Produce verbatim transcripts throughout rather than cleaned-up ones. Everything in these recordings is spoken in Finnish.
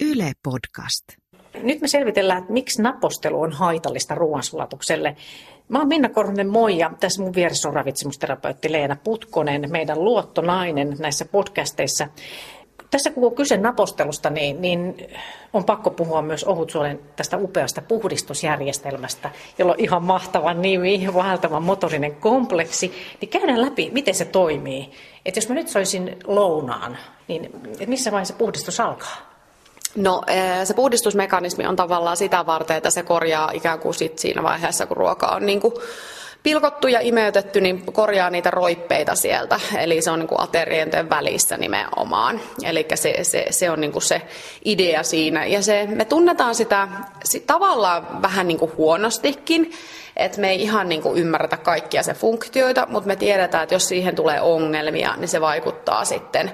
Yle Podcast. Nyt me selvitellään, että miksi napostelu on haitallista ruoansulatukselle. Mä oon Minna Korhonen, moi, ja tässä mun vieressä on ravitsemusterapeutti Leena Putkonen, meidän luottonainen näissä podcasteissa. Tässä kun on kyse napostelusta, niin, niin on pakko puhua myös Ohutsuolen tästä upeasta puhdistusjärjestelmästä, jolla on ihan mahtava nimi, vaeltava motorinen kompleksi. Niin käydään läpi, miten se toimii. Et jos mä nyt soisin lounaan, niin missä vaiheessa puhdistus alkaa? No se puhdistusmekanismi on tavallaan sitä varten, että se korjaa ikään kuin sit siinä vaiheessa, kun ruoka on niin kuin pilkottu ja imeytetty, niin korjaa niitä roippeita sieltä. Eli se on niin kuin aterioiden välissä nimenomaan. Eli se, se, se on niin kuin se idea siinä. Ja se, me tunnetaan sitä sit tavallaan vähän niin kuin huonostikin, että me ei ihan niin kuin ymmärretä kaikkia sen funktioita, mutta me tiedetään, että jos siihen tulee ongelmia, niin se vaikuttaa sitten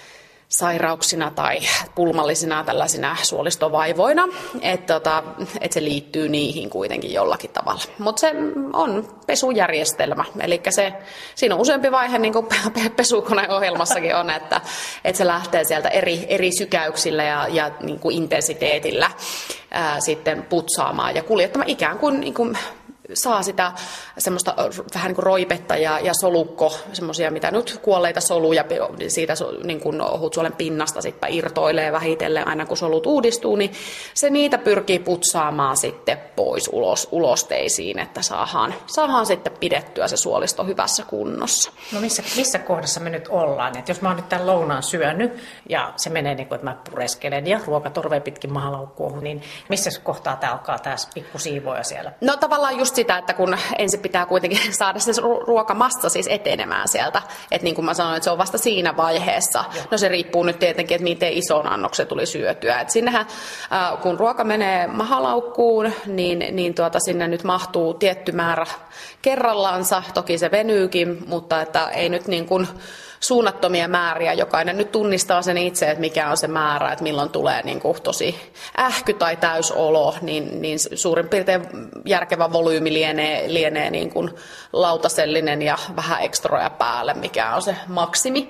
sairauksina tai pulmallisina tällaisina suolistovaivoina, että tota, et se liittyy niihin kuitenkin jollakin tavalla. Mutta se on pesujärjestelmä, eli se, siinä on useampi vaihe, niin kuin pesukoneohjelmassakin on, että, että se lähtee sieltä eri, eri sykäyksillä ja, ja niin kuin intensiteetillä ää, sitten putsaamaan ja kuljettamaan ikään kuin, niin kuin saa sitä semmoista vähän niin kuin roipetta ja, ja solukko, semmoisia mitä nyt kuolleita soluja siitä niin kuin ohutsuolen pinnasta sitten irtoilee vähitellen aina kun solut uudistuu, niin se niitä pyrkii putsaamaan sitten pois ulos, ulosteisiin, että saadaan, saadaan sitten pidettyä se suolisto hyvässä kunnossa. No missä, missä kohdassa me nyt ollaan? Et jos mä oon nyt tämän lounaan syönyt ja se menee niin kuin, että mä pureskelen ja ruokatorveen pitkin mahalaukkuun, niin missä kohtaa tämä alkaa tämä pikku siivoja siellä? No tavallaan just sitä, että kun ensin pitää kuitenkin saada se ruokamassa siis etenemään sieltä. Että niin kuin mä sanoin, että se on vasta siinä vaiheessa. Joo. No se riippuu nyt tietenkin, että miten ison annoksen tuli syötyä. Et sinnehän, kun ruoka menee mahalaukkuun, niin, niin tuota, sinne nyt mahtuu tietty määrä kerrallansa. Toki se venyykin, mutta että ei nyt niin kuin suunnattomia määriä. Jokainen nyt tunnistaa sen itse, että mikä on se määrä, että milloin tulee niin kuin tosi ähky tai täysolo, niin, niin suurin piirtein järkevä volyymi lienee, lienee niin kuin lautasellinen ja vähän ekstroja päälle, mikä on se maksimi.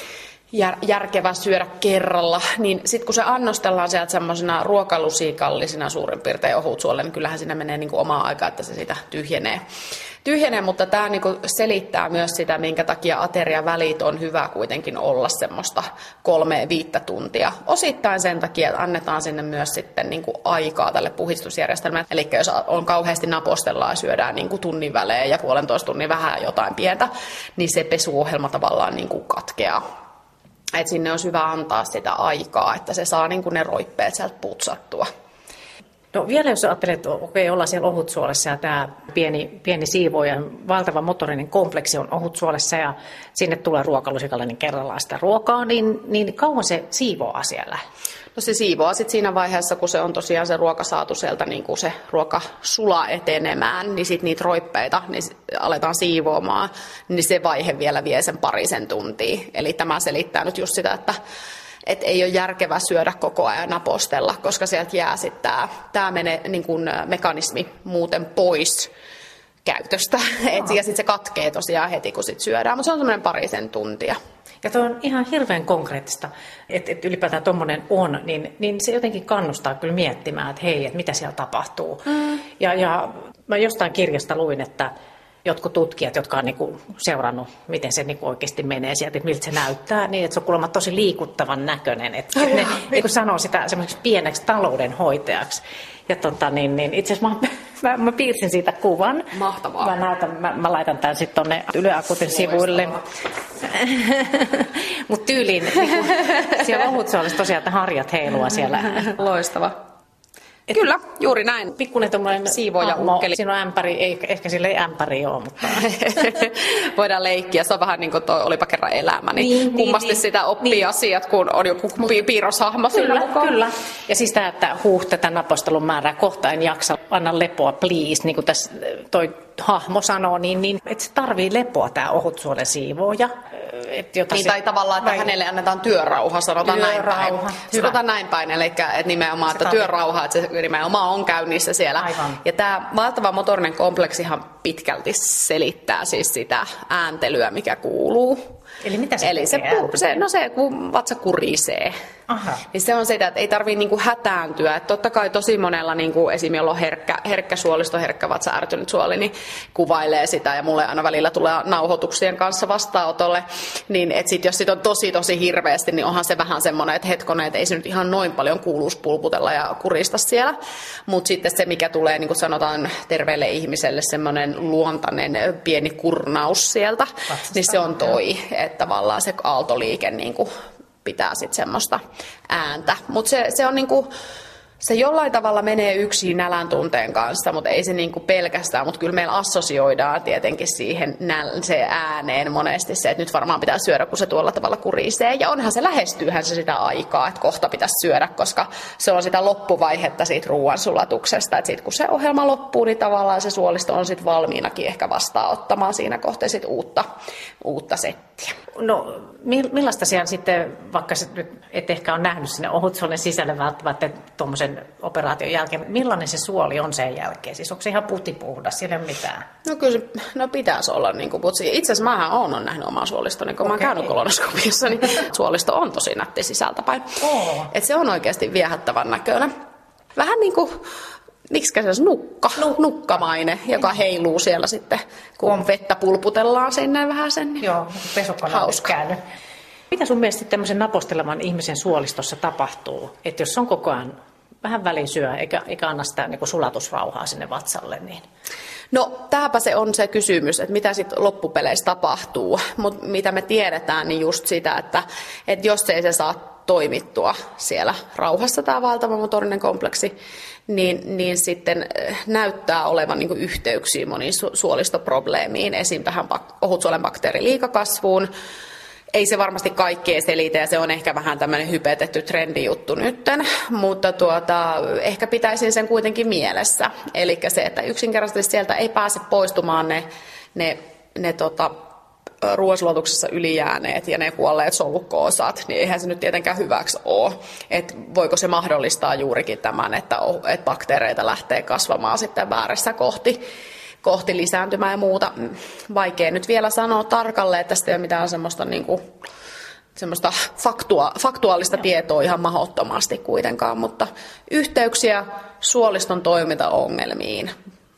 Jär, järkevä syödä kerralla, niin sitten kun se annostellaan sieltä semmoisena ruokalusikallisina suurin piirtein ohutsuolle, niin kyllähän siinä menee niin kuin omaa aikaa, että se siitä tyhjenee. Tyhjenee, mutta tämä niin kuin selittää myös sitä, minkä takia ateriavälit on hyvä kuitenkin olla semmoista kolme viittä tuntia. Osittain sen takia, että annetaan sinne myös sitten niin kuin aikaa tälle puhdistusjärjestelmälle. Eli jos on kauheasti napostellaan ja syödään niin kuin tunnin välein ja puolentoista tunnin vähän jotain pientä, niin se pesuohjelma tavallaan niin kuin katkeaa. Et sinne on hyvä antaa sitä aikaa, että se saa niin kuin ne roippeet sieltä putsattua. No vielä jos ajattelet, että okei, ollaan siellä Ohutsuolessa ja tämä pieni, pieni siivoja, valtava motorinen kompleksi on Ohutsuolessa ja sinne tulee ruokalusikallinen kerrallaan sitä ruokaa, niin, niin kauan se siivoaa siellä? No se siivoaa sitten siinä vaiheessa, kun se on tosiaan se ruoka saatu sieltä, niin kun se ruoka sulaa etenemään, niin sitten niitä roippeita niin aletaan siivoamaan, niin se vaihe vielä vie sen parisen tuntia. Eli tämä selittää nyt just sitä, että et ei ole järkevää syödä koko ajan napostella, koska sieltä jää sitten tämä, tämä menee niin kuin mekanismi muuten pois käytöstä. Et, ja sitten se katkee tosiaan heti, kun sit syödään, mutta se on semmoinen parisen tuntia. Ja tuo on ihan hirveän konkreettista, että et ylipäätään tuommoinen on, niin, niin se jotenkin kannustaa kyllä miettimään, että hei, että mitä siellä tapahtuu. Mm. Ja, ja mä jostain kirjasta luin, että jotkut tutkijat, jotka on niinku seurannut, miten se niinku oikeasti menee sieltä, että miltä se näyttää, niin että se on kuulemma tosi liikuttavan näköinen. Että oh, ne niinku sanoo sitä semmoiseksi pieneksi taloudenhoitajaksi. Ja tota, niin, niin, itse asiassa mä, mä, mä piirsin siitä kuvan. Mahtavaa. Mä, näytän, mä, mä laitan tämän sitten tuonne Yle Akutin sivuille. Mutta tyyliin, niin siellä Ohutsuolessa tosiaan, että harjat heilua siellä. Loistava. Et kyllä, juuri näin. Pikkuinen tuommoinen siivoja ukkeli. Siinä on ämpäri, ei, ehkä sillä ei ämpäri ole, mutta voidaan leikkiä. Se on vähän niin kuin toi Olipa kerran elämä, niin, niin kummasti niin, sitä oppii niin asiat, kun on joku piirroshahmo sillä mukaan. Kyllä, ja siis tämä, että huh, tätä napostelun määrää kohta en jaksa, anna lepoa please, niin kuin tässä toi hahmo sanoo, niin, niin että se tarvii lepoa tämä Ohutsuolen siivooja. Jota niin, tai tavallaan, että vai hänelle annetaan työrauha, sanotaan työrauha. näin päin. Sanotaan näin päin, eli että nimenomaan, että työrauha, että se nimenomaan on käynnissä siellä. Aivan. Ja tämä valtava motorinen kompleksihan pitkälti selittää siis sitä ääntelyä, mikä kuuluu. Eli mitä se Eli se, se, no se, kun vatsa kurisee. Aha. Niin se on sitä, että ei tarvitse niinku hätääntyä. Et totta kai tosi monella, niinku, esimerkiksi jolla on herkkä, herkkä suolisto, herkkä vatsa, ärtynyt suoli, niin kuvailee sitä. Ja mulle aina välillä tulee nauhoituksien kanssa vastaanotolle. Niin et sit, jos sit on tosi tosi hirveästi, niin onhan se vähän semmoinen, että hetkonen, että ei se nyt ihan noin paljon kuuluisi pulputella ja kurista siellä. Mutta sitten se, mikä tulee, niin kuin sanotaan terveelle ihmiselle, semmoinen luontainen pieni kurnaus sieltä, vatsasta, niin se on toi, että tavallaan se aaltoliike niin kuin pitää sitten semmoista ääntä. Mutta se, se on niinku, se jollain tavalla menee yksin nälän tunteen kanssa, mutta ei se niinku pelkästään, mutta kyllä meillä assosioidaan tietenkin siihen näl, se ääneen monesti se, että nyt varmaan pitää syödä, kun se tuolla tavalla kurisee. Ja onhan se, lähestyyhän se sitä aikaa, että kohta pitäisi syödä, koska se on sitä loppuvaihetta siitä ruoansulatuksesta. Että sitten kun se ohjelma loppuu, niin tavallaan se suolisto on sitten valmiinakin ehkä vastaanottamaan siinä kohtaa sit uutta, uutta settiä. No millaista siellä sitten, vaikka nyt et ehkä ole nähnyt sinne ohutsuolen sisälle välttämättä tuommoisen operaation jälkeen, millainen se suoli on sen jälkeen? Siis onko se ihan putipuhdas, siellä ei ole mitään? No kyllä se no pitäisi olla niin kuin putsi. Itse asiassa mähän olen nähnyt omaa suolistoni, kun okay. Mä oon käynyt kolonoskopiassa, niin suolisto on tosi nätti sisältäpäin. Oh. Et se on oikeasti viehättävän näköinen. Vähän niin kuin miksikä se nukka, nukkamainen, joka heiluu siellä sitten, kun on. Vettä pulputellaan sinne vähän sen. Niin joo, pesukone on käynyt. Mitä sun mielestä tämmöisen napostelevan ihmisen suolistossa tapahtuu? Että jos on koko ajan vähän väliin syö, eikä, eikä anna sitä niin kuin sulatusrauhaa sinne vatsalle, niin... No, tämäpä se on se kysymys, että mitä sitten loppupeleissä tapahtuu. Mutta mitä me tiedetään, niin just sitä, että, että jos ei se saa toimittua siellä rauhassa, tämä valtava motorinen kompleksi, niin, niin sitten näyttää olevan niin kuin yhteyksiä moniin su- suolistoprobleemiin, esim. Tähän bak- ohutsuolen bakteeriliikakasvuun. Ei se varmasti kaikkea selitä ja se on ehkä vähän tämmöinen hypetetty trendijuttu nytten, mutta tuota, ehkä pitäisin sen kuitenkin mielessä. Eli se, että yksinkertaisesti sieltä ei pääse poistumaan ne, ne, ne tota, ruoansulatuksessa ylijääneet ja ne kuolleet solukko-osat, niin eihän se nyt tietenkään hyväksi ole. Et voiko se mahdollistaa juurikin tämän, että, että bakteereita lähtee kasvamaan sitten väärässä kohti. kohti lisääntymää ja muuta. Vaikea nyt vielä sanoa tarkalleen, että tästä ei ole mitään semmoista, niin kuin, semmoista faktua, faktuaalista tietoa ihan mahdottomasti kuitenkaan, mutta yhteyksiä suoliston toimintaongelmiin.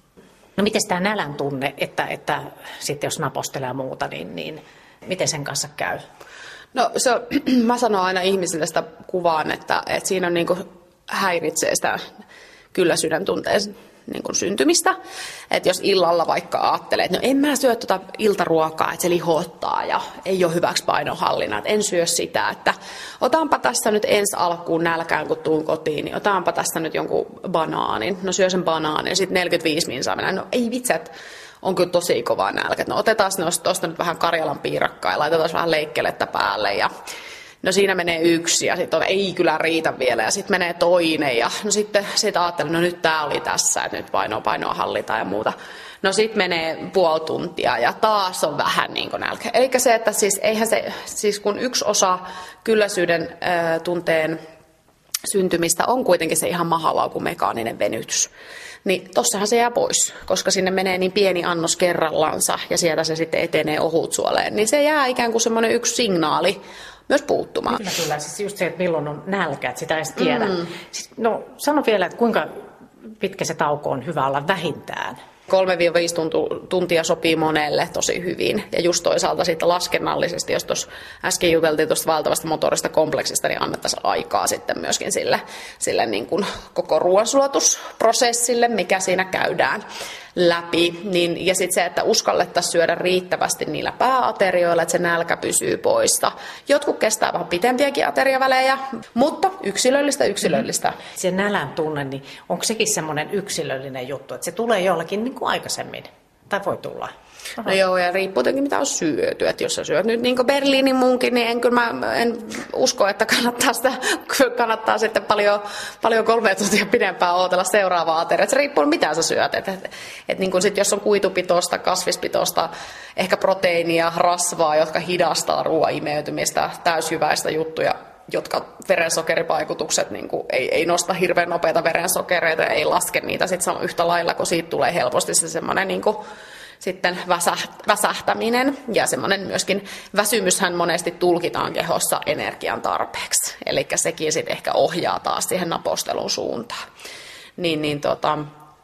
No miten tämä nälän tunne, että, että sitten jos napostelee ja muuta, niin, niin miten sen kanssa käy? No se on, mä sanon aina ihmisille sitä kuvaan, että, että siinä on niin kuin häiritsee sitä kylläisyyden tunteen niin kuin syntymistä. Että jos illalla vaikka ajattelee, että no en mä syö tuota iltaruokaa, että se lihottaa ja ei ole hyväksi painonhallinnan, että en syö sitä, että otanpa tässä nyt ensi alkuun nälkään, kun tuun kotiin, niin otanpa tässä nyt jonkun banaanin. No syö sen banaanin ja sitten neljäkymmentäviisi minsaa mennään. No ei vitsi, että on kyllä tosi kovaa nälkä. No otetaan tuosta nyt vähän Karjalan piirakkaa ja laitetaan vähän leikkelettä päälle ja no siinä menee yksi ja sitten ei kyllä riitä vielä ja sitten menee toinen ja no sitten sit ajattelin, no nyt tää oli tässä, että nyt painoa, painoa hallitaan ja muuta. No sitten menee puoli tuntia ja taas on vähän niin kuin nälkä. Eli se, että siis eihän se, siis kun yksi osa kylläisyyden äh, tunteen syntymistä on kuitenkin se ihan mahalaukun mekaaninen venytys, niin tossahan se jää pois, koska sinne menee niin pieni annos kerrallansa ja sieltä se sitten etenee ohutsuoleen, niin se jää ikään kuin semmoinen yksi signaali myös puuttumaan. Kyllä, kyllä. Siis just se, että milloin on nälkä, että sitä ei edes tiedä. Mm. Siis, no sano vielä, että kuinka pitkä se tauko on hyvä olla vähintään? kolme viisi tuntia sopii monelle tosi hyvin. Ja just toisaalta sitten laskennallisesti, jos tuossa äsken juteltiin tuosta valtavasta motorista kompleksista, niin annettaisiin aikaa sitten myöskin sille, sille niin kuin koko ruoansulatusprosessille, mikä siinä käydään läpi. Niin, ja sitten se, että uskallettaisiin syödä riittävästi niillä pääaterioilla, että se nälkä pysyy poissa. Jotkut kestää vähän pitempiäkin ateriavälejä, mutta yksilöllistä yksilöllistä. Mm. Se nälän tunne, niin onko sekin semmoinen yksilöllinen juttu, että se tulee jollakin niin kuin aikaisemmin? Tai voi tulla? Aha. No joo, ja riippuu tietenkin mitä on syöty. Että jos sä syöt nyt niin kuin Berliinin munkin, niin en kyllä mä en usko, että kannattaa, sitä, kannattaa sitten paljon, paljon kolme tuntia pidempään odotella seuraavaa ateriaa. Se riippuu mitä sä syöt. Et, et, et niin kuin sit, jos on kuitupitoista, kasvispitoista, ehkä proteiinia, rasvaa, jotka hidastaa ruoan imeytymistä, täysjyväistä juttuja, jotka verensokerivaikutukset niin kuin, ei, ei nosta hirveän nopeita verensokereita ja ei laske niitä sit yhtä lailla, kun siitä tulee helposti se semmoinen niin kuin sitten väsähtäminen ja semmoinen myöskin väsymyshän monesti tulkitaan kehossa energian tarpeeksi. Eli sekin sitten ehkä ohjaa taas siihen napostelun suuntaan. Niin, niin tota,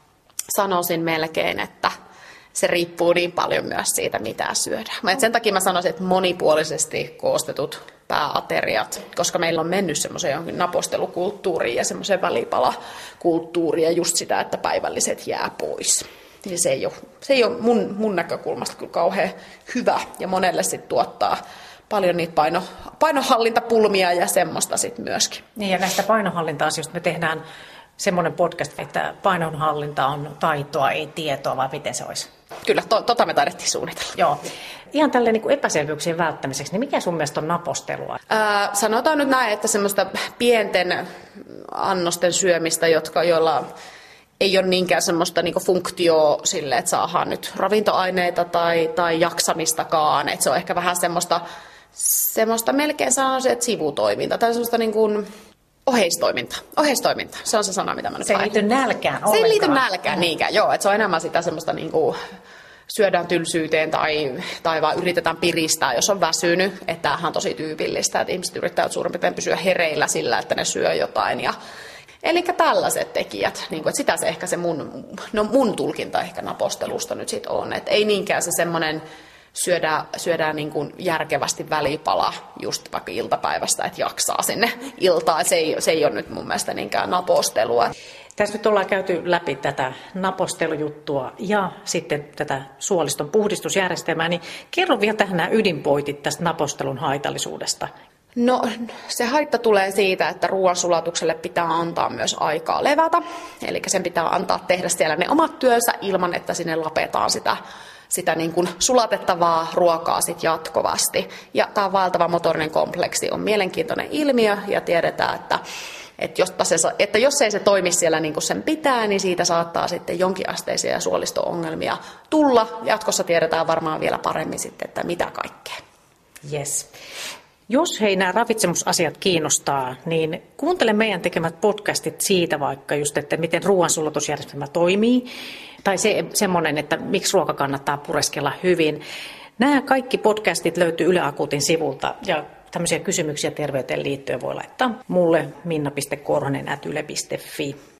sanoisin melkein, että se riippuu niin paljon myös siitä, mitä syödään. Et sen takia mä sanoisin, että monipuolisesti koostetut pääateriat, koska meillä on mennyt semmoiseen johonkin napostelukulttuuriin ja semmoiseen välipalakulttuuriin ja just sitä, että päivälliset jää pois. Niin se ei ole, se ei ole mun, mun näkökulmasta kyllä kauhean hyvä ja monelle sitten tuottaa paljon niitä paino, painohallintapulmia ja semmoista sitten myöskin. Niin ja näistä painohallinta-asioista me tehdään semmoinen podcast, että painonhallinta on taitoa, ei tietoa, vai miten se olisi? Kyllä, to, tota me taidettiin suunnitella. Joo. Ihan tälleen niin kuin epäselvyyksien välttämiseksi, niin mikä sun mielestä on napostelua? Ää, sanotaan nyt näin, että semmoista pienten annosten syömistä, jotka, joilla ei ole niinkään semmoista niin kuin funktioa sille, että saadaan nyt ravintoaineita tai, tai jaksamistakaan. Että se on ehkä vähän semmoista, semmoista melkein sanoisin, että sivutoiminta tai semmoista niin kuin oheistoiminta. Oheistoiminta, se on se sana, mitä mä nyt Se ei liity nälkään ollenkaan. Se ei liity nälkään niinkään, joo. Että se on enemmän sitä semmoista niin kuin syödään tylsyyteen tai, tai vaan yritetään piristää, jos on väsynyt. Että tämähän on tosi tyypillistä, että ihmiset yrittävät suurin piirtein pysyä hereillä sillä, että ne syö jotain. Ja eli tällaiset tekijät, niin kuin, että sitä se ehkä se mun, no mun tulkinta ehkä napostelusta nyt sit on. Että ei niinkään se semmoinen syödään, syödään niin kuin järkevästi välipala just vaikka iltapäivästä, että jaksaa sinne iltaan. Se ei, se ei ole nyt mun mielestä niinkään napostelua. Tässä nyt ollaan käyty läpi tätä napostelujuttua ja sitten tätä suoliston puhdistusjärjestelmää, niin kerro vielä tähän nämä ydinpointit tästä napostelun haitallisuudesta. No se haitta tulee siitä, että ruoansulatukselle pitää antaa myös aikaa levätä. Eli sen pitää antaa tehdä siellä ne omat työnsä ilman, että sinne lapetaan sitä sitä niin kuin sulatettavaa ruokaa sit jatkuvasti. Ja tämä vaeltava motorinen kompleksi on mielenkiintoinen ilmiö ja tiedetään, että, että, jotta se, että jos ei se toimi siellä niin kuin sen pitää, niin siitä saattaa sitten jonkinasteisia suolisto-ongelmia tulla. Jatkossa tiedetään varmaan vielä paremmin sitten, että mitä kaikkea. Yes. Jos hei nämä ravitsemusasiat kiinnostaa, niin kuuntele meidän tekemät podcastit siitä vaikka just, että miten ruoansulatusjärjestelmä toimii, tai se, semmoinen, että miksi ruoka kannattaa pureskella hyvin. Nämä kaikki podcastit löytyy Yle Akuutin sivulta, ja tämmöisiä kysymyksiä terveyteen liittyen voi laittaa mulle minna piste korhonen ät yle piste fi.